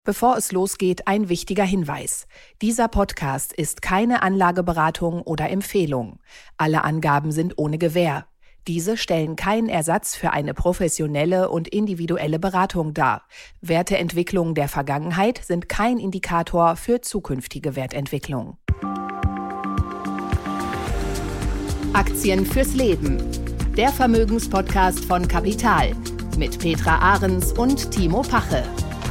Bevor es losgeht, ein wichtiger Hinweis. Dieser Podcast ist keine Anlageberatung oder Empfehlung. Alle Angaben sind ohne Gewähr. Diese stellen keinen Ersatz für eine professionelle und individuelle Beratung dar. Werteentwicklungen der Vergangenheit sind kein Indikator für zukünftige Wertentwicklung. Aktien fürs Leben. Der Vermögenspodcast von Kapital mit Petra Ahrens und Timo Pache.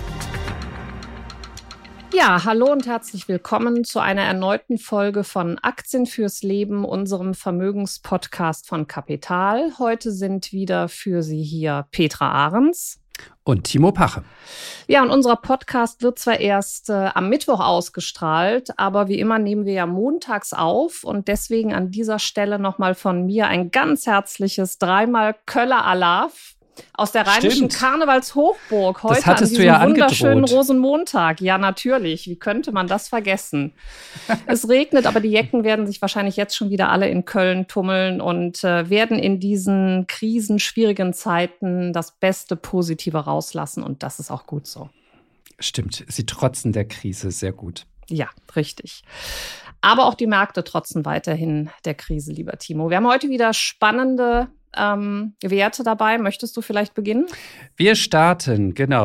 Ja, hallo und herzlich willkommen zu einer erneuten Folge von Aktien fürs Leben, unserem Vermögenspodcast von Kapital. Heute sind wieder für Sie hier Petra Ahrens und Timo Pache. Ja, und unser Podcast wird zwar erst am Mittwoch ausgestrahlt, aber wie immer nehmen wir ja montags auf und deswegen an dieser Stelle nochmal von mir ein ganz herzliches dreimal Köller Alaf aus der rheinischen Karnevalshochburg heute an diesem wunderschönen Rosenmontag. Ja, natürlich. Wie könnte man das vergessen? Es regnet, aber die Jecken werden sich wahrscheinlich jetzt schon wieder alle in Köln tummeln und werden in diesen krisenschwierigen Zeiten das Beste Positive rauslassen. Und das ist auch gut so. Stimmt. Sie trotzen der Krise sehr gut. Ja, richtig. Aber auch die Märkte trotzen weiterhin der Krise, lieber Timo. Wir haben heute wieder spannende Werte dabei. Möchtest du vielleicht beginnen? Wir starten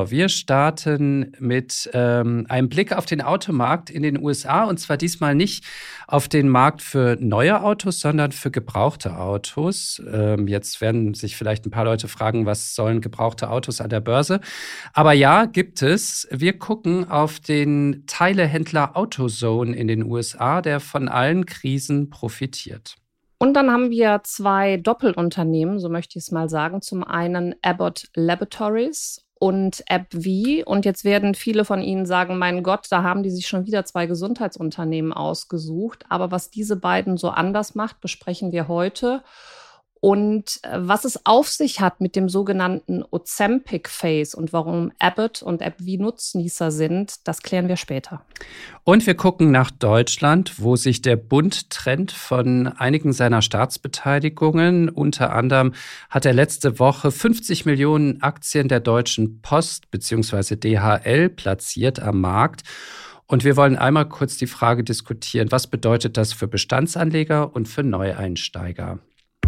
mit einem Blick auf den Automarkt in den USA und zwar diesmal nicht auf den Markt für neue Autos, sondern für gebrauchte Autos. Jetzt werden sich vielleicht ein paar Leute fragen, was sollen gebrauchte Autos an der Börse? Aber ja, gibt es. Wir gucken auf den Teilehändler AutoZone in den USA, der von allen Krisen profitiert. Und dann haben wir zwei Doppelunternehmen, so möchte ich es mal sagen. Zum einen Abbott Laboratories und AbbVie. Und jetzt werden viele von Ihnen sagen, mein Gott, da haben die sich schon wieder zwei Gesundheitsunternehmen ausgesucht. Aber was diese beiden so anders macht, besprechen wir heute. Und was es auf sich hat mit dem sogenannten Ozempic-Phase und warum Abbott und AbbVie Nutznießer sind, das klären wir später. Und wir gucken nach Deutschland, wo sich der Bund trennt von einigen seiner Staatsbeteiligungen. Unter anderem hat er letzte Woche 50 Millionen Aktien der Deutschen Post bzw. DHL platziert am Markt. Und wir wollen einmal kurz die Frage diskutieren, was bedeutet das für Bestandsanleger und für Neueinsteiger?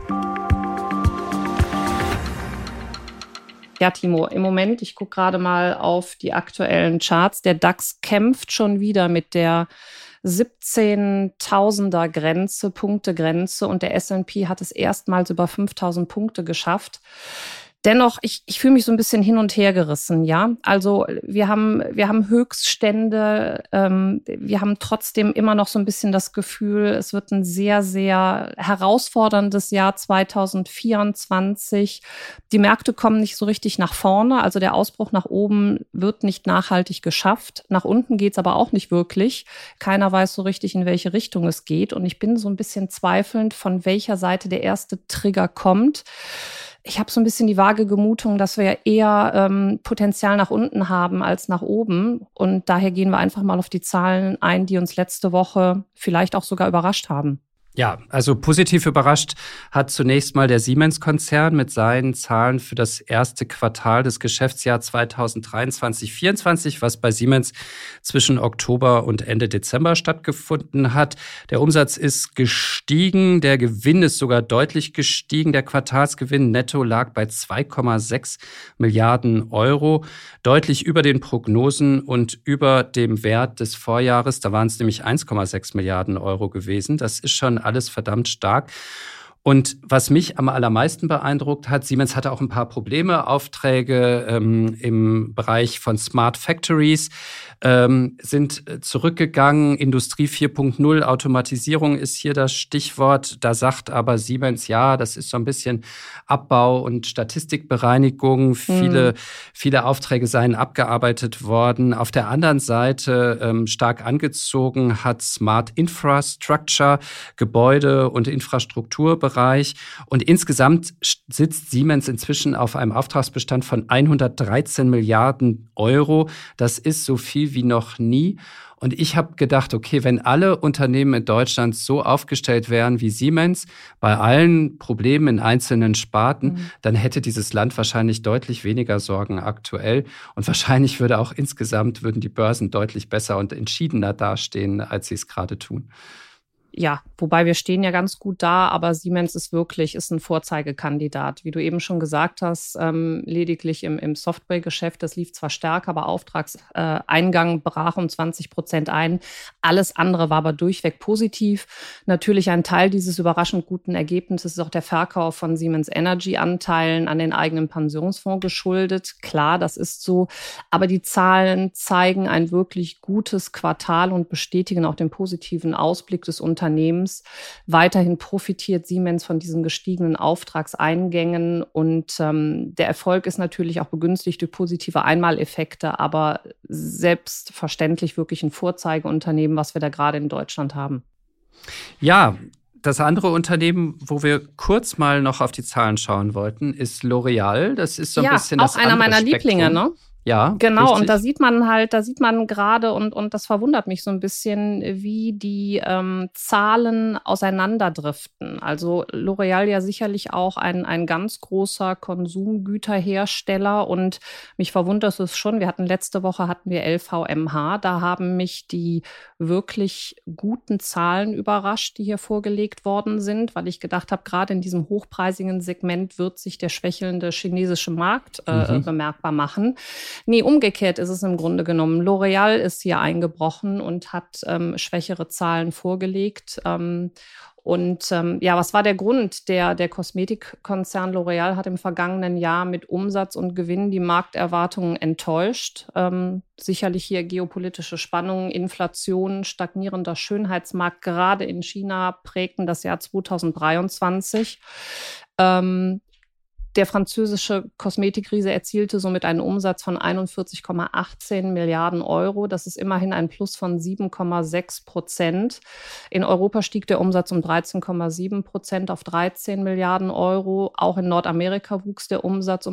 Ja, Timo, im Moment, ich gucke gerade mal auf die aktuellen Charts, der DAX kämpft schon wieder mit der 17.000er Grenze, Punktegrenze und der S&P hat es erstmals über 5.000 Punkte geschafft. Dennoch, ich fühle mich so ein bisschen hin und her gerissen, ja. Also wir haben Höchststände, wir haben trotzdem immer noch so ein bisschen das Gefühl, es wird ein sehr, sehr herausforderndes Jahr 2024. Die Märkte kommen nicht so richtig nach vorne, also der Ausbruch nach oben wird nicht nachhaltig geschafft. Nach unten geht's aber auch nicht wirklich. Keiner weiß so richtig, in welche Richtung es geht. Und ich bin so ein bisschen zweifelnd, von welcher Seite der erste Trigger kommt. Ich habe so ein bisschen die vage Gemutung, dass wir eher Potenzial nach unten haben als nach oben. Und daher gehen wir einfach mal auf die Zahlen ein, die uns letzte Woche vielleicht auch sogar überrascht haben. Ja, also positiv überrascht hat zunächst mal der Siemens-Konzern mit seinen Zahlen für das erste Quartal des Geschäftsjahres 2023/24, was bei Siemens zwischen Oktober und Ende Dezember stattgefunden hat. Der Umsatz ist gestiegen, der Gewinn ist sogar deutlich gestiegen. Der Quartalsgewinn netto lag bei 2,6 Milliarden Euro, deutlich über den Prognosen und über dem Wert des Vorjahres. Da waren es nämlich 1,6 Milliarden Euro gewesen. Das ist schon alles verdammt stark. Und was mich am allermeisten beeindruckt hat, Siemens hatte auch ein paar Probleme, Aufträge im Bereich von Smart Factories sind zurückgegangen. Industrie 4.0, Automatisierung ist hier das Stichwort. Da sagt aber Siemens, ja, das ist so ein bisschen Abbau und Statistikbereinigung. Viele Aufträge seien abgearbeitet worden. Auf der anderen Seite stark angezogen hat Smart Infrastructure, Gebäude- und Infrastrukturbereich Bereich. Und insgesamt sitzt Siemens inzwischen auf einem Auftragsbestand von 113 Milliarden Euro. Das ist so viel wie noch nie. Und ich habe gedacht, okay, wenn alle Unternehmen in Deutschland so aufgestellt wären wie Siemens, bei allen Problemen in einzelnen Sparten, dann hätte dieses Land wahrscheinlich deutlich weniger Sorgen aktuell. Und wahrscheinlich würden die Börsen deutlich besser und entschiedener dastehen, als sie es gerade tun. Ja, wobei wir stehen ja ganz gut da, aber Siemens ist ein Vorzeigekandidat. Wie du eben schon gesagt hast, lediglich im Softwaregeschäft, das lief zwar stark, aber Auftragseingang brach um 20% ein. Alles andere war aber durchweg positiv. Natürlich ein Teil dieses überraschend guten Ergebnisses ist auch der Verkauf von Siemens Energy-Anteilen an den eigenen Pensionsfonds geschuldet. Klar, das ist so, aber die Zahlen zeigen ein wirklich gutes Quartal und bestätigen auch den positiven Ausblick des Unternehmens. Weiterhin profitiert Siemens von diesen gestiegenen Auftragseingängen und der Erfolg ist natürlich auch begünstigt durch positive Einmaleffekte, aber selbstverständlich wirklich ein Vorzeigeunternehmen, was wir da gerade in Deutschland haben. Ja, das andere Unternehmen, wo wir kurz mal noch auf die Zahlen schauen wollten, ist L'Oréal. Das ist so ein bisschen das andere auch einer meiner Spektrum. Lieblinge, ne? Ja, genau. richtig. Und da sieht man gerade, und das verwundert mich so ein bisschen, wie die Zahlen auseinanderdriften. Also L'Oréal ja sicherlich auch ein ganz großer Konsumgüterhersteller und mich verwundert es schon. Letzte Woche hatten wir LVMH, da haben mich die wirklich guten Zahlen überrascht, die hier vorgelegt worden sind, weil ich gedacht habe, gerade in diesem hochpreisigen Segment wird sich der schwächelnde chinesische Markt bemerkbar machen. Nee, umgekehrt ist es im Grunde genommen. L'Oréal ist hier eingebrochen und hat schwächere Zahlen vorgelegt. Was war der Grund? Der Kosmetikkonzern L'Oréal hat im vergangenen Jahr mit Umsatz und Gewinn die Markterwartungen enttäuscht. Sicherlich hier geopolitische Spannungen, Inflation, stagnierender Schönheitsmarkt, gerade in China, prägten das Jahr 2023. Der französische Kosmetikriese erzielte somit einen Umsatz von 41,18 Milliarden Euro. Das ist immerhin ein Plus von 7,6%. In Europa stieg der Umsatz um 13,7% auf 13 Milliarden Euro. Auch in Nordamerika wuchs der Umsatz um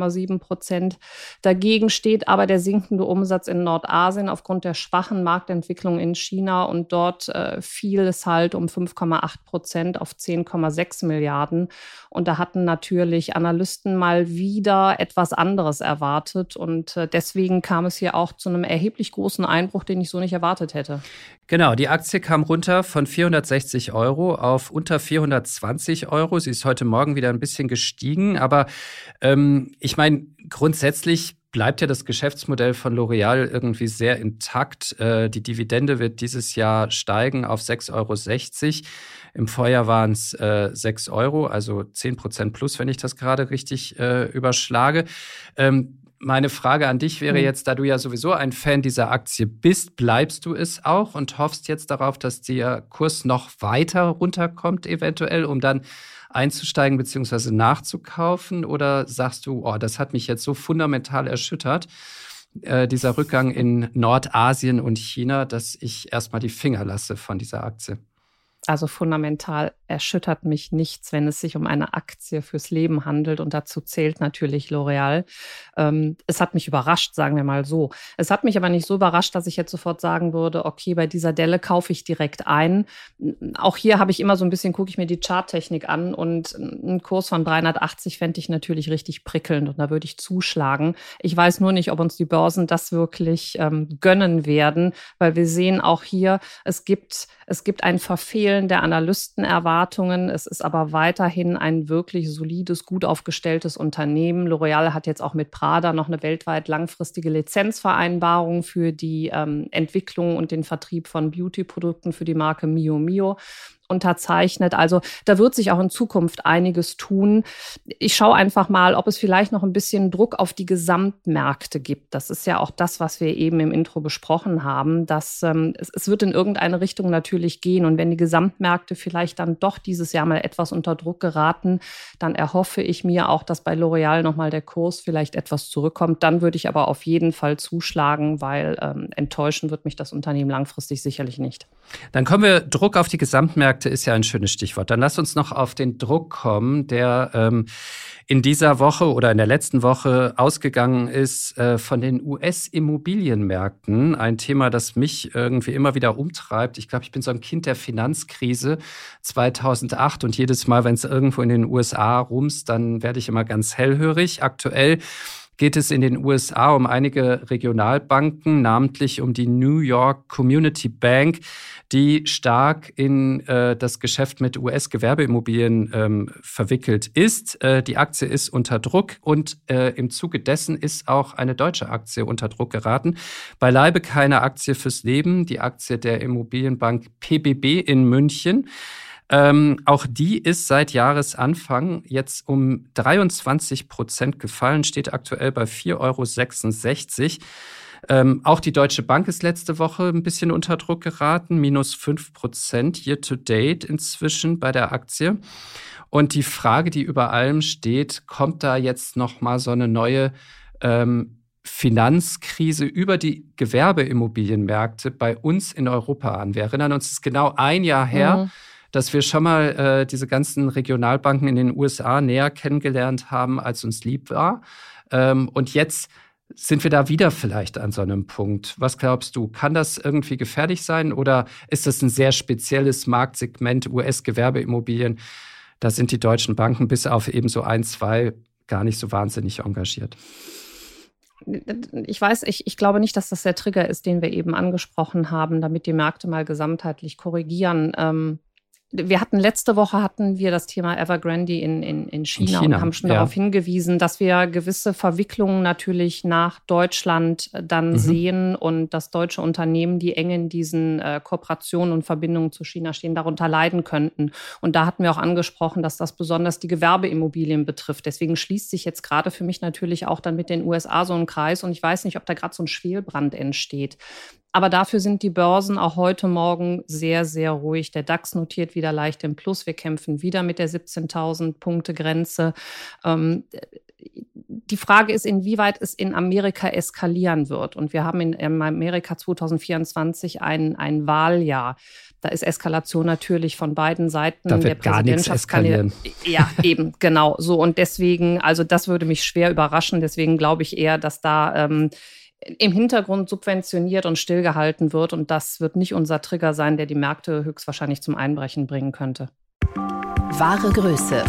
9,7%. Dagegen steht aber der sinkende Umsatz in Nordasien aufgrund der schwachen Marktentwicklung in China. Und dort fiel es halt um 5,8% auf 10,6 Milliarden. Und da hatten natürlich Analysten mal wieder etwas anderes erwartet. Und deswegen kam es hier auch zu einem erheblich großen Einbruch, den ich so nicht erwartet hätte. Genau, die Aktie kam runter von 460 Euro auf unter 420 Euro. Sie ist heute Morgen wieder ein bisschen gestiegen. Aber ich meine, grundsätzlich bleibt ja das Geschäftsmodell von L'Oréal irgendwie sehr intakt. Die Dividende wird dieses Jahr steigen auf 6,60 Euro. Im Vorjahr waren es 6 Euro, also 10% plus, wenn ich das gerade richtig überschlage. Meine Frage an dich wäre jetzt, da du ja sowieso ein Fan dieser Aktie bist, bleibst du es auch und hoffst jetzt darauf, dass der Kurs noch weiter runterkommt eventuell, um dann einzusteigen bzw. nachzukaufen? Oder sagst du, das hat mich jetzt so fundamental erschüttert, dieser Rückgang in Nordasien und China, dass ich erstmal die Finger lasse von dieser Aktie? Also fundamental erschüttert mich nichts, wenn es sich um eine Aktie fürs Leben handelt. Und dazu zählt natürlich L'Oréal. Es hat mich überrascht, sagen wir mal so. Es hat mich aber nicht so überrascht, dass ich jetzt sofort sagen würde, okay, bei dieser Delle kaufe ich direkt ein. Auch hier habe ich immer so ein bisschen, gucke ich mir die Charttechnik an. Und einen Kurs von 380 fände ich natürlich richtig prickelnd. Und da würde ich zuschlagen. Ich weiß nur nicht, ob uns die Börsen das wirklich gönnen werden. Weil wir sehen auch hier, es gibt ein Verfehlen der Analystenerwartungen. Es ist aber weiterhin ein wirklich solides, gut aufgestelltes Unternehmen. L'Oréal hat jetzt auch mit Prada noch eine weltweit langfristige Lizenzvereinbarung für die Entwicklung und den Vertrieb von Beauty-Produkten für die Marke Mio Mio unterzeichnet. Also da wird sich auch in Zukunft einiges tun. Ich schaue einfach mal, ob es vielleicht noch ein bisschen Druck auf die Gesamtmärkte gibt. Das ist ja auch das, was wir eben im Intro besprochen haben, dass es wird in irgendeine Richtung natürlich gehen. Und wenn die Gesamtmärkte vielleicht dann doch dieses Jahr mal etwas unter Druck geraten, dann erhoffe ich mir auch, dass bei L'Oréal nochmal der Kurs vielleicht etwas zurückkommt. Dann würde ich aber auf jeden Fall zuschlagen, weil enttäuschen wird mich das Unternehmen langfristig sicherlich nicht. Dann kommen wir Druck auf die Gesamtmärkte Immobilienmärkte ist ja ein schönes Stichwort. Dann lass uns noch auf den Druck kommen, der in dieser Woche oder in der letzten Woche ausgegangen ist von den US-Immobilienmärkten. Ein Thema, das mich irgendwie immer wieder umtreibt. Ich glaube, ich bin so ein Kind der Finanzkrise 2008 und jedes Mal, wenn es irgendwo in den USA rumst, dann werde ich immer ganz hellhörig. Aktuell geht es in den USA um einige Regionalbanken, namentlich um die New York Community Bank, die stark in das Geschäft mit US-Gewerbeimmobilien verwickelt ist. Die Aktie ist unter Druck und im Zuge dessen ist auch eine deutsche Aktie unter Druck geraten. Beileibe keine Aktie fürs Leben, die Aktie der Immobilienbank PBB in München. Auch die ist seit Jahresanfang jetzt um 23% gefallen, steht aktuell bei 4,66 €. Auch die Deutsche Bank ist letzte Woche ein bisschen unter Druck geraten, minus 5% year to date inzwischen bei der Aktie. Und die Frage, die über allem steht, kommt da jetzt nochmal so eine neue Finanzkrise über die Gewerbeimmobilienmärkte bei uns in Europa an? Wir erinnern uns, es ist genau ein Jahr her, dass wir schon mal diese ganzen Regionalbanken in den USA näher kennengelernt haben, als uns lieb war. Und jetzt sind wir da wieder vielleicht an so einem Punkt. Was glaubst du? Kann das irgendwie gefährlich sein oder ist das ein sehr spezielles Marktsegment US-Gewerbeimmobilien? Da sind die deutschen Banken bis auf eben so 1, 2 gar nicht so wahnsinnig engagiert. Ich glaube nicht, dass das der Trigger ist, den wir eben angesprochen haben, damit die Märkte mal gesamtheitlich korrigieren. Letzte Woche hatten wir das Thema Evergrande in China und haben schon darauf hingewiesen, dass wir gewisse Verwicklungen natürlich nach Deutschland dann sehen und dass deutsche Unternehmen, die eng in diesen Kooperationen und Verbindungen zu China stehen, darunter leiden könnten. Und da hatten wir auch angesprochen, dass das besonders die Gewerbeimmobilien betrifft. Deswegen schließt sich jetzt gerade für mich natürlich auch dann mit den USA so ein Kreis und ich weiß nicht, ob da gerade so ein Schwelbrand entsteht. Aber dafür sind die Börsen auch heute Morgen sehr, sehr ruhig. Der DAX notiert wieder leicht im Plus. Wir kämpfen wieder mit der 17.000-Punkte-Grenze. Die Frage ist, inwieweit es in Amerika eskalieren wird. Und wir haben in Amerika 2024 ein Wahljahr. Da ist Eskalation natürlich von beiden Seiten. Da wird gar nichts eskalieren. Ja, eben, genau. So, und deswegen, also das würde mich schwer überraschen. Deswegen glaube ich eher, dass da im Hintergrund subventioniert und stillgehalten wird. Und das wird nicht unser Trigger sein, der die Märkte höchstwahrscheinlich zum Einbrechen bringen könnte. Wahre Größe.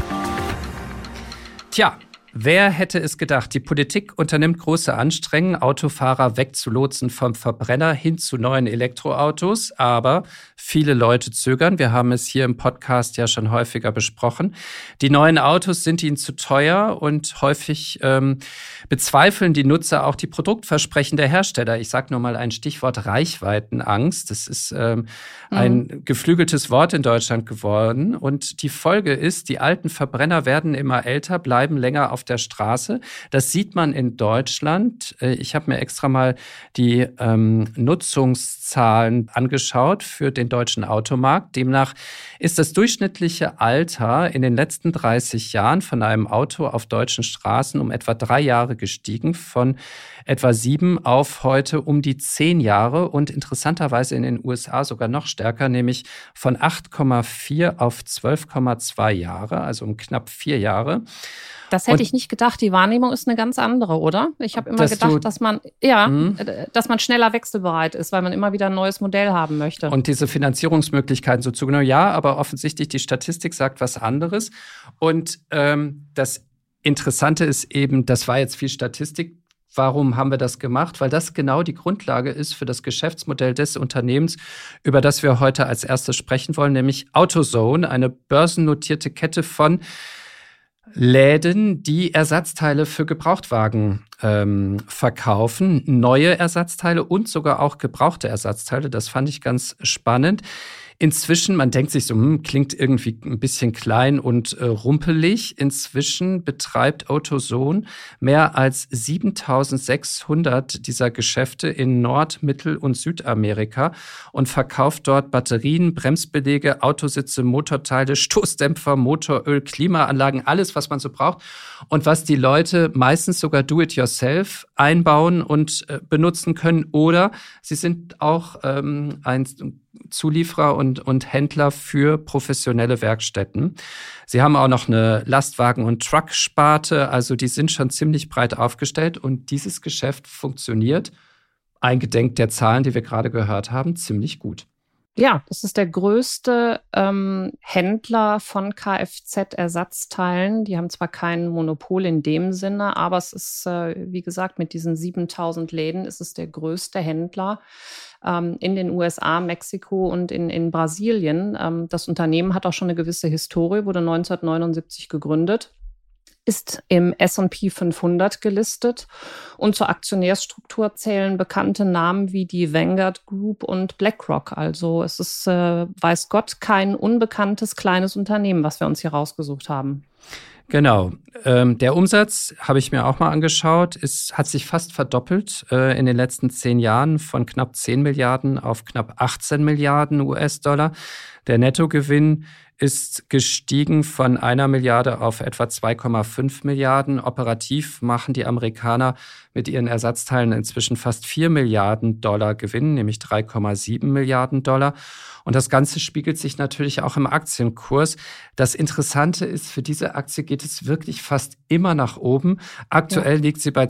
Tja, wer hätte es gedacht? Die Politik unternimmt große Anstrengungen, Autofahrer wegzulotsen vom Verbrenner hin zu neuen Elektroautos. Aber viele Leute zögern. Wir haben es hier im Podcast ja schon häufiger besprochen. Die neuen Autos sind ihnen zu teuer und häufig bezweifeln die Nutzer auch die Produktversprechen der Hersteller. Ich sage nur mal ein Stichwort: Reichweitenangst. Das ist ein geflügeltes Wort in Deutschland geworden. Und die Folge ist, die alten Verbrenner werden immer älter, bleiben länger auf der Straße. Das sieht man in Deutschland. Ich habe mir extra mal die Nutzungszahlen angeschaut für den deutschen Automarkt. Demnach ist das durchschnittliche Alter in den letzten 30 Jahren von einem Auto auf deutschen Straßen um etwa 3 Jahre gestiegen, von etwa 7 auf heute um die 10 Jahre und interessanterweise in den USA sogar noch stärker, nämlich von 8,4 auf 12,2 Jahre, also um knapp 4 Jahre. Das hätte ich nicht gedacht. Die Wahrnehmung ist eine ganz andere, oder? Ich habe immer gedacht, dass man schneller wechselbereit ist, weil man immer wieder ein neues Modell haben möchte. Und diese Finanzierungsmöglichkeiten so zugenommen, ja, aber offensichtlich die Statistik sagt was anderes. Und das Interessante ist eben, das war jetzt viel Statistik. Warum haben wir das gemacht? Weil das genau die Grundlage ist für das Geschäftsmodell des Unternehmens, über das wir heute als erstes sprechen wollen, nämlich AutoZone, eine börsennotierte Kette von Läden, die Ersatzteile für Gebrauchtwagen verkaufen, neue Ersatzteile und sogar auch gebrauchte Ersatzteile. Das fand ich ganz spannend. Inzwischen, man denkt sich so, klingt irgendwie ein bisschen klein und rumpelig. Inzwischen betreibt AutoZone mehr als 7.600 dieser Geschäfte in Nord-, Mittel- und Südamerika und verkauft dort Batterien, Bremsbeläge, Autositze, Motorteile, Stoßdämpfer, Motoröl, Klimaanlagen, alles, was man so braucht und was die Leute meistens sogar do-it-yourself yourself einbauen und benutzen können. Oder sie sind auch ein Zulieferer und Händler für professionelle Werkstätten. Sie haben auch noch eine Lastwagen- und Truck-Sparte. Also die sind schon ziemlich breit aufgestellt. Und dieses Geschäft funktioniert, eingedenk der Zahlen, die wir gerade gehört haben, ziemlich gut. Ja, das ist der größte Händler von Kfz-Ersatzteilen. Die haben zwar kein Monopol in dem Sinne, aber es ist, wie gesagt, mit diesen 7.000 Läden ist es der größte Händler in den USA, Mexiko und in Brasilien. Das Unternehmen hat auch schon eine gewisse Historie, wurde 1979 gegründet. Ist im S&P 500 gelistet und zur Aktionärsstruktur zählen bekannte Namen wie die Vanguard Group und BlackRock. Also es ist, weiß Gott, kein unbekanntes kleines Unternehmen, was wir uns hier rausgesucht haben. Genau. Der Umsatz, habe ich mir auch mal angeschaut, hat sich fast verdoppelt in den letzten 10 Jahren von knapp 10 Milliarden auf knapp 18 Milliarden US-Dollar. Der Nettogewinn ist gestiegen von 1 Milliarde auf etwa 2,5 Milliarden. Operativ machen die Amerikaner mit ihren Ersatzteilen inzwischen fast 4 Milliarden Dollar Gewinn, nämlich 3,7 Milliarden Dollar. Und das Ganze spiegelt sich natürlich auch im Aktienkurs. Das Interessante ist, für diese Aktie geht es wirklich fast immer nach oben. Aktuell liegt sie bei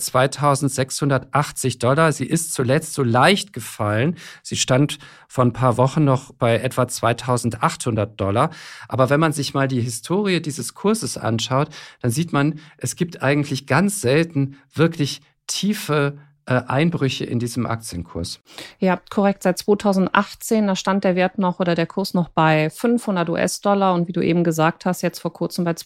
2.680 Dollar. Sie ist zuletzt so leicht gefallen. Sie stand vor ein paar Wochen noch bei etwa 2.800 Dollar. Aber wenn man sich mal die Historie dieses Kurses anschaut, dann sieht man, es gibt eigentlich ganz selten wirklich tiefe Einbrüche in diesem Aktienkurs. Ja, korrekt. Seit 2018, da stand der Wert noch oder der Kurs noch bei 500 US-Dollar und wie du eben gesagt hast, jetzt vor kurzem bei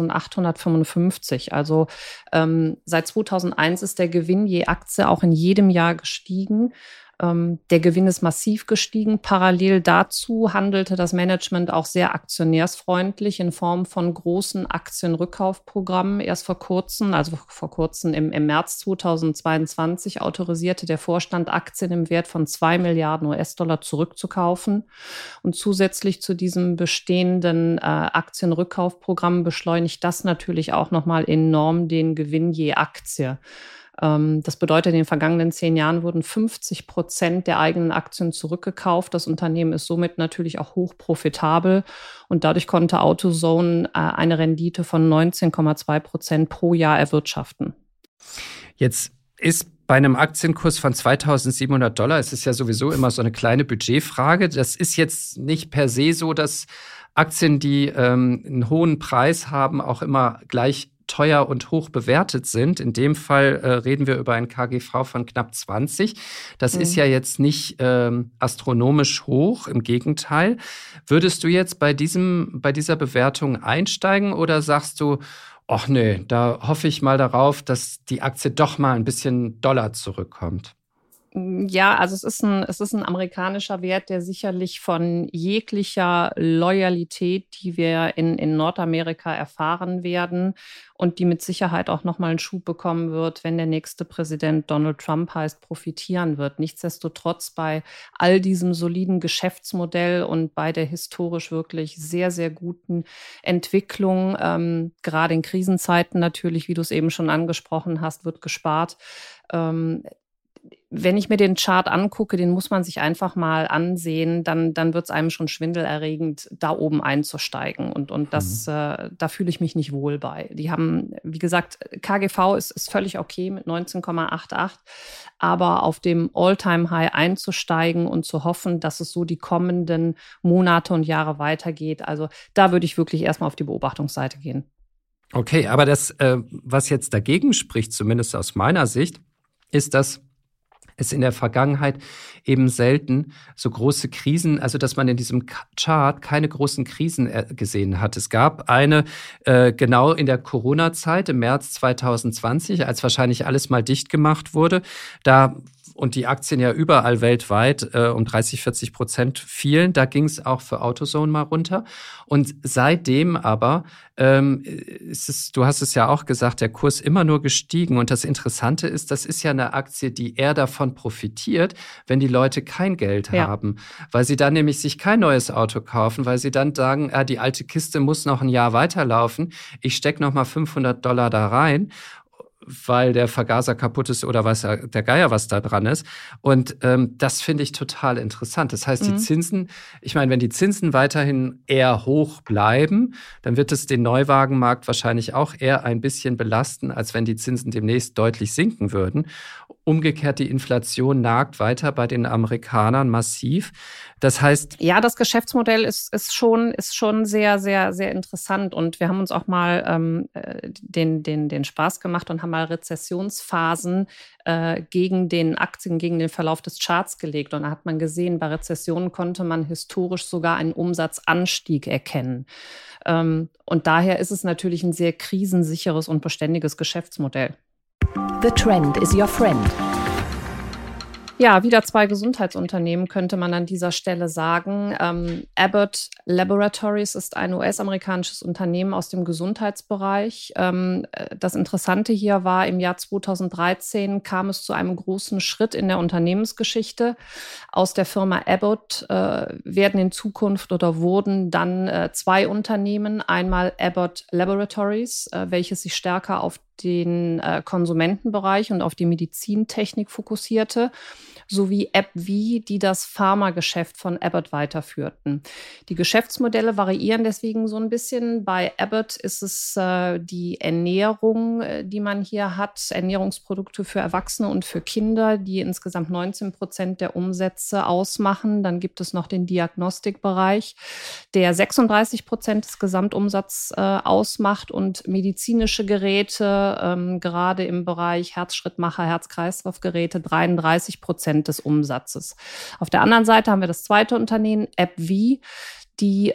2.855. Also seit 2001 ist der Gewinn je Aktie auch in jedem Jahr gestiegen. Der Gewinn ist massiv gestiegen. Parallel dazu handelte das Management auch sehr aktionärsfreundlich in Form von großen Aktienrückkaufprogrammen. Erst vor kurzem, im März 2022, autorisierte der Vorstand, Aktien im Wert von 2 Milliarden US-Dollar zurückzukaufen. Und zusätzlich zu diesem bestehenden Aktienrückkaufprogramm beschleunigt das natürlich auch nochmal enorm den Gewinn je Aktie. Das bedeutet, in den vergangenen 10 Jahren wurden 50% der eigenen Aktien zurückgekauft. Das Unternehmen ist somit natürlich auch hoch profitabel und dadurch konnte AutoZone eine Rendite von 19,2% pro Jahr erwirtschaften. Jetzt ist bei einem Aktienkurs von 2.700 Dollar, es ist ja sowieso immer so eine kleine Budgetfrage. Das ist jetzt nicht per se so, dass Aktien, die einen hohen Preis haben, auch immer gleich teuer und hoch bewertet sind. In dem Fall reden wir über ein KGV von knapp 20. Das ist ja jetzt nicht astronomisch hoch, im Gegenteil. Würdest du jetzt bei dieser Bewertung einsteigen oder sagst du, ach nee, da hoffe ich mal darauf, dass die Aktie doch mal ein bisschen Dollar zurückkommt? Ja, also es ist ein amerikanischer Wert, der sicherlich von jeglicher Loyalität, die wir in Nordamerika erfahren werden und die mit Sicherheit auch nochmal einen Schub bekommen wird, wenn der nächste Präsident Donald Trump heißt, profitieren wird. Nichtsdestotrotz bei all diesem soliden Geschäftsmodell und bei der historisch wirklich sehr, sehr guten Entwicklung, gerade in Krisenzeiten natürlich, wie du es eben schon angesprochen hast, wird gespart. Wenn ich mir den Chart angucke, den muss man sich einfach mal ansehen, dann wird es einem schon schwindelerregend, da oben einzusteigen. Und das, da fühle ich mich nicht wohl bei. Die haben, wie gesagt, KGV ist völlig okay mit 19,88, aber auf dem All-Time-High einzusteigen und zu hoffen, dass es so die kommenden Monate und Jahre weitergeht, also da würde ich wirklich erstmal auf die Beobachtungsseite gehen. Okay, aber das, was jetzt dagegen spricht, zumindest aus meiner Sicht, ist, dass es in der Vergangenheit eben selten so große Krisen, also dass man in diesem Chart keine großen Krisen gesehen hat. Es gab eine genau in der Corona-Zeit im März 2020, als wahrscheinlich alles mal dicht gemacht wurde, und die Aktien ja überall weltweit um 30-40% fielen. Da ging es auch für AutoZone mal runter. Und seitdem aber du hast es ja auch gesagt, der Kurs immer nur gestiegen. Und das Interessante ist, das ist ja eine Aktie, die eher davon profitiert, wenn die Leute kein Geld haben. Weil sie dann nämlich sich kein neues Auto kaufen, weil sie dann sagen, die alte Kiste muss noch ein Jahr weiterlaufen. Ich stecke noch mal $500 da rein. weil der Vergaser kaputt ist oder weiß der Geier, was da dran ist. Und das finde ich total interessant. Das heißt, die Zinsen, ich meine, wenn die Zinsen weiterhin eher hoch bleiben, dann wird es den Neuwagenmarkt wahrscheinlich auch eher ein bisschen belasten, als wenn die Zinsen demnächst deutlich sinken würden. Umgekehrt, die Inflation nagt weiter bei den Amerikanern massiv. Das heißt... Ja, das Geschäftsmodell ist schon sehr, sehr, sehr interessant. Und wir haben uns auch mal den Spaß gemacht und haben mal Rezessionsphasen gegen den Aktien, gegen den Verlauf des Charts gelegt. Und da hat man gesehen, bei Rezessionen konnte man historisch sogar einen Umsatzanstieg erkennen. Und daher ist es natürlich ein sehr krisensicheres und beständiges Geschäftsmodell. The trend is your friend. Ja, wieder 2 Gesundheitsunternehmen könnte man an dieser Stelle sagen. Abbott Laboratories ist ein US-amerikanisches Unternehmen aus dem Gesundheitsbereich. Das Interessante hier war, im Jahr 2013 kam es zu einem großen Schritt in der Unternehmensgeschichte. Aus der Firma Abbott werden in Zukunft oder wurden dann 2 Unternehmen. Einmal Abbott Laboratories, welches sich stärker auf den Konsumentenbereich und auf die Medizintechnik fokussierte, sowie AbbVie, die das Pharmageschäft von Abbott weiterführten. Die Geschäftsmodelle variieren deswegen so ein bisschen. Bei Abbott ist es die Ernährung, die man hier hat, Ernährungsprodukte für Erwachsene und für Kinder, die insgesamt 19% der Umsätze ausmachen. Dann gibt es noch den Diagnostikbereich, der 36% des Gesamtumsatzes ausmacht, und medizinische Geräte, gerade im Bereich Herzschrittmacher, Herz-Kreislauf-Geräte, 33% des Umsatzes. Auf der anderen Seite haben wir das zweite Unternehmen, AbbVie, die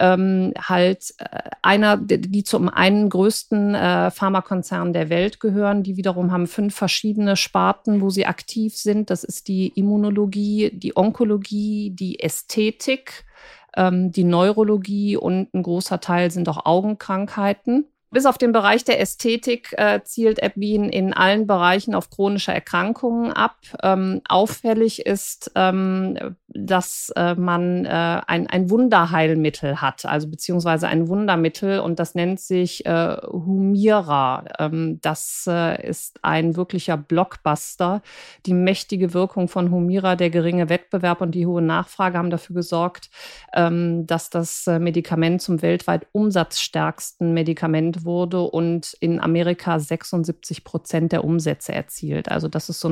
die zum einen größten Pharmakonzern der Welt gehören. Die wiederum haben 5 verschiedene Sparten, wo sie aktiv sind. Das ist die Immunologie, die Onkologie, die Ästhetik, die Neurologie, und ein großer Teil sind auch Augenkrankheiten. Bis auf den Bereich der Ästhetik zielt AbbVie in allen Bereichen auf chronische Erkrankungen ab. Auffällig ist, dass man ein Wunderheilmittel hat, also beziehungsweise ein Wundermittel, und das nennt sich Humira. Das ist ein wirklicher Blockbuster. Die mächtige Wirkung von Humira, der geringe Wettbewerb und die hohe Nachfrage haben dafür gesorgt, dass das Medikament zum weltweit umsatzstärksten Medikament wurde und in Amerika 76% der Umsätze erzielt. Also das ist so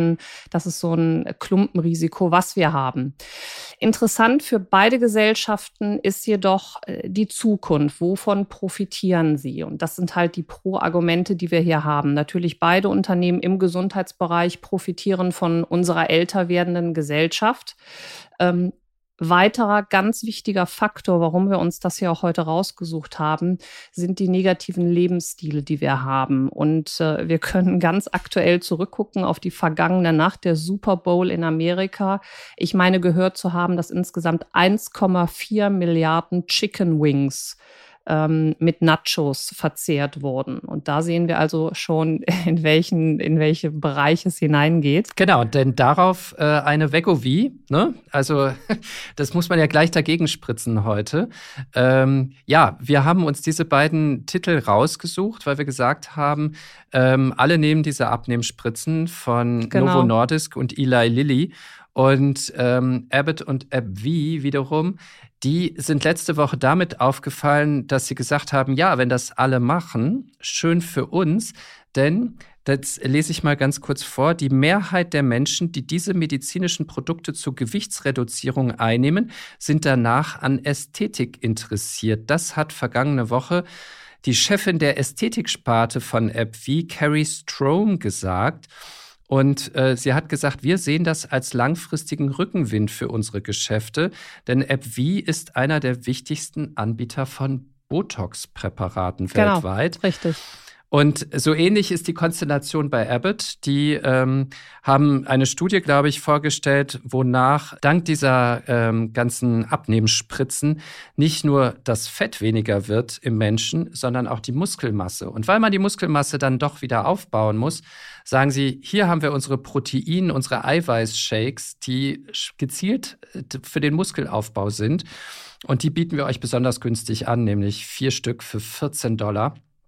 ein Klumpenrisiko, was wir haben. Interessant für beide Gesellschaften ist jedoch die Zukunft. Wovon profitieren sie? Und das sind halt die Pro-Argumente, die wir hier haben. Natürlich beide Unternehmen im Gesundheitsbereich profitieren von unserer älter werdenden Gesellschaft. Weiterer ganz wichtiger Faktor, warum wir uns das hier auch heute rausgesucht haben, sind die negativen Lebensstile, die wir haben. Und wir können ganz aktuell zurückgucken auf die vergangene Nacht, der Super Bowl in Amerika. Ich meine, gehört zu haben, dass insgesamt 1,4 Milliarden Chicken Wings mit Nachos verzehrt wurden. Und da sehen wir also schon, in welche Bereiche es hineingeht. Genau, denn darauf eine Wegovy, ne? Also das muss man ja gleich dagegen spritzen heute. Ja, wir haben uns diese beiden Titel rausgesucht, weil wir gesagt haben, alle nehmen diese Abnehmspritzen von Novo Nordisk und Eli Lilly. Und Abbott und AbbVie wiederum, die sind letzte Woche damit aufgefallen, dass sie gesagt haben, ja, wenn das alle machen, schön für uns, denn, das lese ich mal ganz kurz vor, die Mehrheit der Menschen, die diese medizinischen Produkte zur Gewichtsreduzierung einnehmen, sind danach an Ästhetik interessiert. Das hat vergangene Woche die Chefin der Ästhetiksparte von AbbVie, Carrie Strom, gesagt. Und sie hat gesagt, wir sehen das als langfristigen Rückenwind für unsere Geschäfte, denn AbbVie ist einer der wichtigsten Anbieter von Botox-Präparaten weltweit. Genau, richtig. Und so ähnlich ist die Konstellation bei Abbott. Die haben eine Studie, glaube ich, vorgestellt, wonach dank dieser ganzen Abnehmenspritzen nicht nur das Fett weniger wird im Menschen, sondern auch die Muskelmasse. Und weil man die Muskelmasse dann doch wieder aufbauen muss, sagen sie, hier haben wir unsere Protein-, unsere Eiweißshakes, die gezielt für den Muskelaufbau sind. Und die bieten wir euch besonders günstig an, nämlich 4 Stück für $14.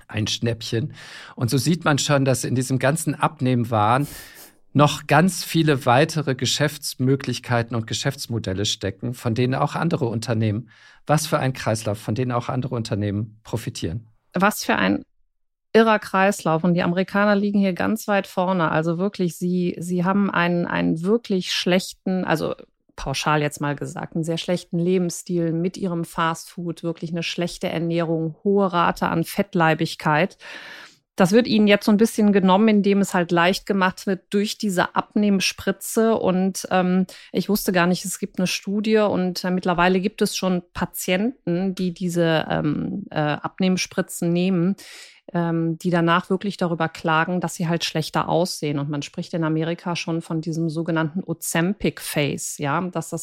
ein Schnäppchen. Und so sieht man schon, dass in diesem ganzen Abnehmwahn noch ganz viele weitere Geschäftsmöglichkeiten und Geschäftsmodelle stecken, von denen auch andere Unternehmen, was für ein Kreislauf, von denen auch andere Unternehmen profitieren. Was für ein irrer Kreislauf. Und die Amerikaner liegen hier ganz weit vorne. Also wirklich, sie haben einen wirklich schlechten, also pauschal jetzt mal gesagt, einen sehr schlechten Lebensstil mit ihrem Fastfood, wirklich eine schlechte Ernährung, hohe Rate an Fettleibigkeit. Das wird ihnen jetzt so ein bisschen genommen, indem es halt leicht gemacht wird durch diese Abnehmspritze. Und ich wusste gar nicht, es gibt eine Studie und mittlerweile gibt es schon Patienten, die diese Abnehmspritzen nehmen, die danach wirklich darüber klagen, dass sie halt schlechter aussehen. Und man spricht in Amerika schon von diesem sogenannten Ozempic Face, ja,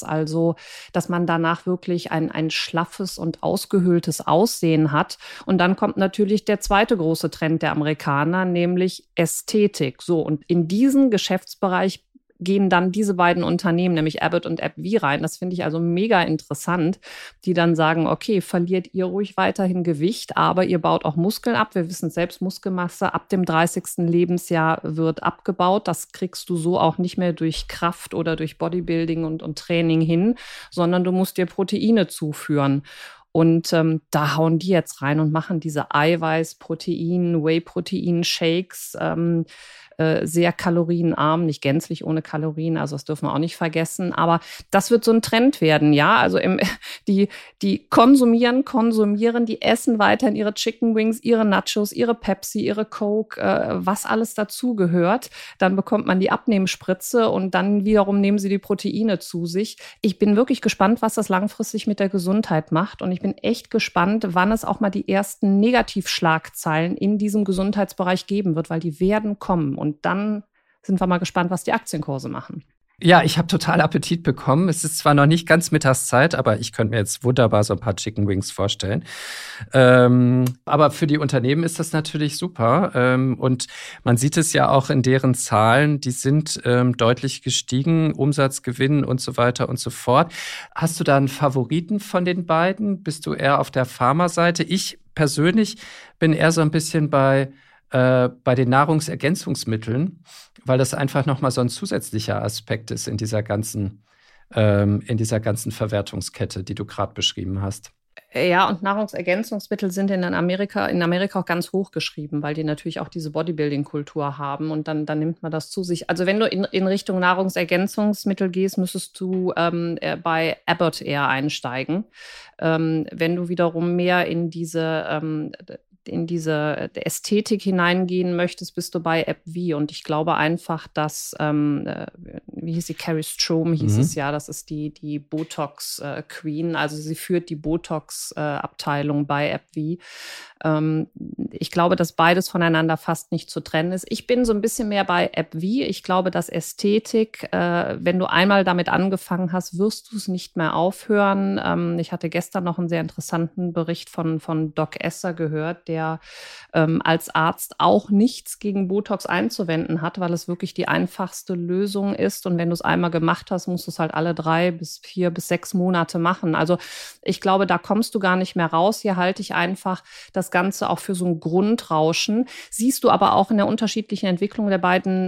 dass man danach wirklich ein schlaffes und ausgehöhltes Aussehen hat. Und dann kommt natürlich der zweite große Trend der Amerikaner, nämlich Ästhetik. So, und in diesen Geschäftsbereich gehen dann diese beiden Unternehmen, nämlich Abbott und AbbVie, rein. Das finde ich also mega interessant, die dann sagen, okay, verliert ihr ruhig weiterhin Gewicht, aber ihr baut auch Muskeln ab. Wir wissen selbst, Muskelmasse ab dem 30. Lebensjahr wird abgebaut. Das kriegst du so auch nicht mehr durch Kraft oder durch Bodybuilding und Training hin, sondern du musst dir Proteine zuführen. Und da hauen die jetzt rein und machen diese Eiweiß-Protein, Whey-Protein-Shakes, sehr kalorienarm, nicht gänzlich ohne Kalorien, also das dürfen wir auch nicht vergessen. Aber das wird so ein Trend werden, ja. Also die konsumieren, die essen weiterhin ihre Chicken Wings, ihre Nachos, ihre Pepsi, ihre Coke, was alles dazugehört. Dann bekommt man die Abnehmspritze und dann wiederum nehmen sie die Proteine zu sich. Ich bin wirklich gespannt, was das langfristig mit der Gesundheit macht. Und ich bin echt gespannt, wann es auch mal die ersten Negativschlagzeilen in diesem Gesundheitsbereich geben wird, weil die werden kommen. Und dann sind wir mal gespannt, was die Aktienkurse machen. Ja, ich habe total Appetit bekommen. Es ist zwar noch nicht ganz Mittagszeit, aber ich könnte mir jetzt wunderbar so ein paar Chicken Wings vorstellen. Aber für die Unternehmen ist das natürlich super. Und man sieht es ja auch in deren Zahlen, die sind deutlich gestiegen, Umsatzgewinn und so weiter und so fort. Hast du da einen Favoriten von den beiden? Bist du eher auf der Pharma-Seite? Ich persönlich bin eher so ein bisschen bei den Nahrungsergänzungsmitteln, weil das einfach nochmal so ein zusätzlicher Aspekt ist in dieser ganzen Verwertungskette, die du gerade beschrieben hast. Ja, und Nahrungsergänzungsmittel sind in Amerika auch ganz hoch geschrieben, weil die natürlich auch diese Bodybuilding-Kultur haben und dann nimmt man das zu sich. Also wenn du in Richtung Nahrungsergänzungsmittel gehst, müsstest du bei Abbott eher einsteigen. Wenn du wiederum mehr in diese Ästhetik hineingehen möchtest, bist du bei AbbVie. Und ich glaube einfach, dass, wie hieß sie, Carrie Strom hieß es ja, das ist die Botox-Queen. Also sie führt die Botox-Abteilung bei AbbVie. Ich glaube, dass beides voneinander fast nicht zu trennen ist. Ich bin so ein bisschen mehr bei AbbVie. Ich glaube, dass Ästhetik, wenn du einmal damit angefangen hast, wirst du es nicht mehr aufhören. Ich hatte gestern noch einen sehr interessanten Bericht von Doc Esser gehört, der als Arzt auch nichts gegen Botox einzuwenden hat, weil es wirklich die einfachste Lösung ist. Und wenn du es einmal gemacht hast, musst du es halt alle 3 bis 4 bis 6 Monate machen. Also ich glaube, da kommst du gar nicht mehr raus. Hier halte ich einfach das Ganze auch für so ein Grundrauschen. Siehst du aber auch in der unterschiedlichen Entwicklung der beiden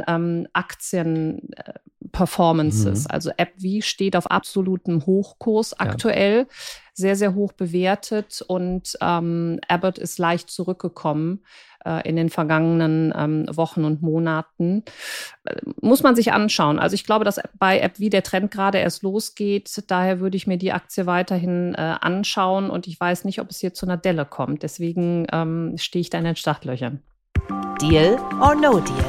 Aktien-Performances. Also AbbVie steht auf absolutem Hochkurs aktuell. Ja. Sehr, sehr hoch bewertet und Abbott ist leicht zurückgekommen in den vergangenen Wochen und Monaten. Muss man sich anschauen. Also ich glaube, dass bei AbbVie der Trend gerade erst losgeht. Daher würde ich mir die Aktie weiterhin anschauen und ich weiß nicht, ob es hier zu einer Delle kommt. Deswegen stehe ich da in den Startlöchern. Deal or no deal?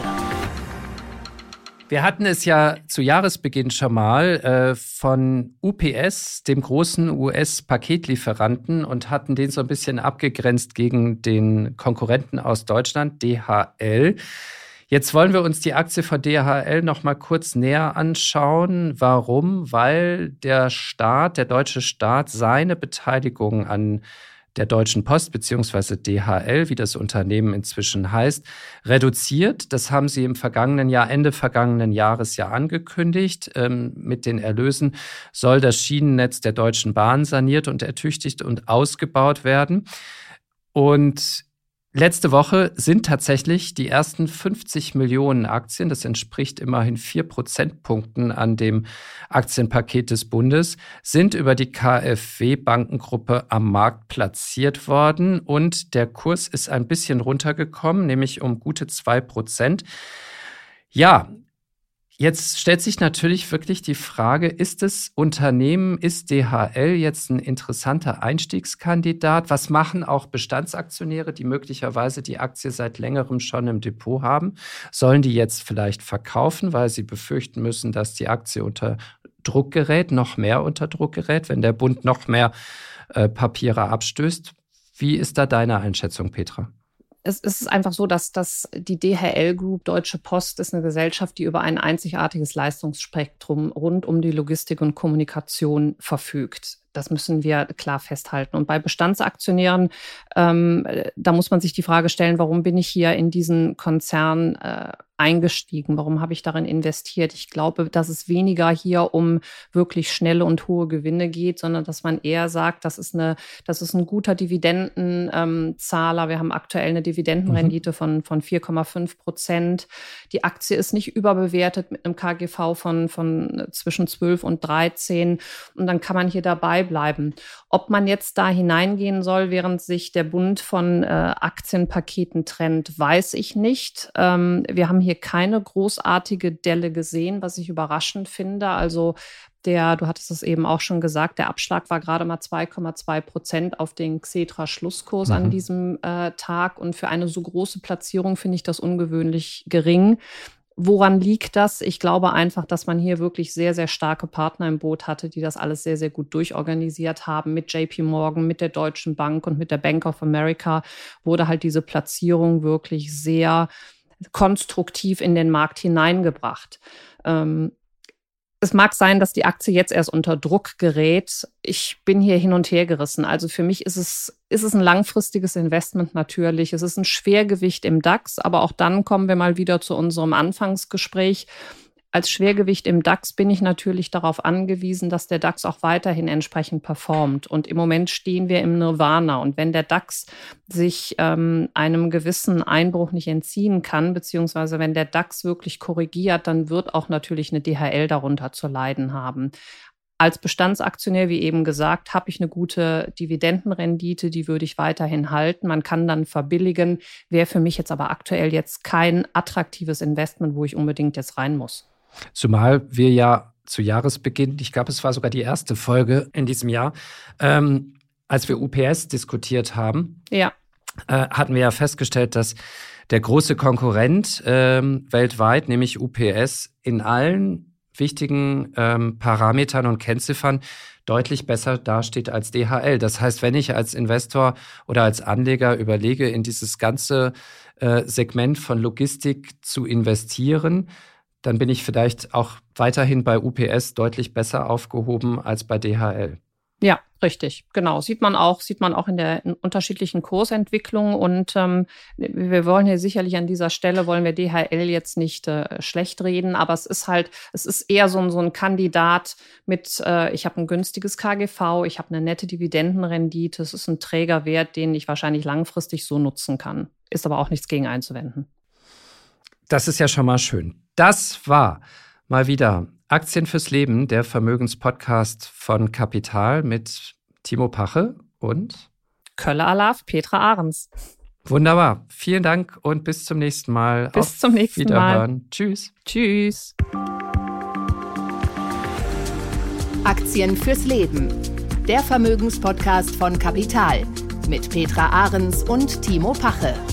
Wir hatten es ja zu Jahresbeginn schon mal von UPS, dem großen US-Paketlieferanten, und hatten den so ein bisschen abgegrenzt gegen den Konkurrenten aus Deutschland, DHL. Jetzt wollen wir uns die Aktie von DHL noch mal kurz näher anschauen. Warum? Weil der deutsche Staat, seine Beteiligung an der Deutschen Post bzw. DHL, wie das Unternehmen inzwischen heißt, reduziert. Das haben sie im Ende vergangenen Jahres ja angekündigt. Mit den Erlösen soll das Schienennetz der Deutschen Bahn saniert und ertüchtigt und ausgebaut werden. Und Letzte Woche sind tatsächlich die ersten 50 Millionen Aktien, das entspricht immerhin 4 Prozentpunkten an dem Aktienpaket des Bundes, sind über die KfW-Bankengruppe am Markt platziert worden und der Kurs ist ein bisschen runtergekommen, nämlich um gute 2%. Ja, jetzt stellt sich natürlich wirklich die Frage, ist DHL jetzt ein interessanter Einstiegskandidat? Was machen auch Bestandsaktionäre, die möglicherweise die Aktie seit längerem schon im Depot haben? Sollen die jetzt vielleicht verkaufen, weil sie befürchten müssen, dass die Aktie unter Druck gerät, noch mehr unter Druck gerät, wenn der Bund noch mehr Papiere abstößt? Wie ist da deine Einschätzung, Petra? Es ist einfach so, dass die DHL Group, Deutsche Post, ist eine Gesellschaft, die über ein einzigartiges Leistungsspektrum rund um die Logistik und Kommunikation verfügt. Das müssen wir klar festhalten. Und bei Bestandsaktionären, da muss man sich die Frage stellen, warum bin ich hier in diesen Konzern eingestiegen? Warum habe ich darin investiert? Ich glaube, dass es weniger hier um wirklich schnelle und hohe Gewinne geht, sondern dass man eher sagt, das ist ein guter Dividendenzahler. Wir haben aktuell eine Dividendenrendite von 4,5%. Die Aktie ist nicht überbewertet mit einem KGV von zwischen 12 und 13. Und dann kann man hier dabei bleiben. Ob man jetzt da hineingehen soll, während sich der Bund von Aktienpaketen trennt, weiß ich nicht. Wir haben hier keine großartige Delle gesehen, was ich überraschend finde. Also du hattest es eben auch schon gesagt, der Abschlag war gerade mal 2,2% auf den Xetra-Schlusskurs an diesem Tag. Und für eine so große Platzierung finde ich das ungewöhnlich gering. Woran liegt das? Ich glaube einfach, dass man hier wirklich sehr, sehr starke Partner im Boot hatte, die das alles sehr, sehr gut durchorganisiert haben. Mit JP Morgan, mit der Deutschen Bank und mit der Bank of America wurde halt diese Platzierung wirklich sehr konstruktiv in den Markt hineingebracht. Es mag sein, dass die Aktie jetzt erst unter Druck gerät. Ich bin hier hin und her gerissen. Also für mich ist es ein langfristiges Investment natürlich. Es ist ein Schwergewicht im DAX, aber auch dann kommen wir mal wieder zu unserem Anfangsgespräch. Als Schwergewicht im DAX bin ich natürlich darauf angewiesen, dass der DAX auch weiterhin entsprechend performt. Und im Moment stehen wir im Nirvana. Und wenn der DAX sich einem gewissen Einbruch nicht entziehen kann, beziehungsweise wenn der DAX wirklich korrigiert, dann wird auch natürlich eine DHL darunter zu leiden haben. Als Bestandsaktionär, wie eben gesagt, habe ich eine gute Dividendenrendite, die würde ich weiterhin halten. Man kann dann verbilligen, wäre für mich jetzt aber aktuell jetzt kein attraktives Investment, wo ich unbedingt jetzt rein muss. Zumal wir ja zu Jahresbeginn, ich glaube, es war sogar die erste Folge in diesem Jahr, als wir UPS diskutiert haben, hatten wir ja festgestellt, dass der große Konkurrent weltweit, nämlich UPS, in allen wichtigen Parametern und Kennziffern deutlich besser dasteht als DHL. Das heißt, wenn ich als Investor oder als Anleger überlege, in dieses ganze Segment von Logistik zu investieren, dann bin ich vielleicht auch weiterhin bei UPS deutlich besser aufgehoben als bei DHL. Ja, richtig, genau. Sieht man auch in der unterschiedlichen Kursentwicklung. Und wir wollen hier sicherlich an dieser Stelle, wollen wir DHL jetzt nicht schlecht reden, aber es ist eher so ein Kandidat mit, ich habe ein günstiges KGV, ich habe eine nette Dividendenrendite, es ist ein Trägerwert, den ich wahrscheinlich langfristig so nutzen kann. Ist aber auch nichts gegen einzuwenden. Das ist ja schon mal schön. Das war mal wieder Aktien fürs Leben, der Vermögenspodcast von Kapital mit Timo Pache und Kölle Alaf, Petra Ahrens. Wunderbar. Vielen Dank und bis zum nächsten Mal. Bis zum nächsten Wiederhören. Mal. Tschüss. Tschüss. Aktien fürs Leben. Der Vermögenspodcast von Kapital mit Petra Ahrens und Timo Pache.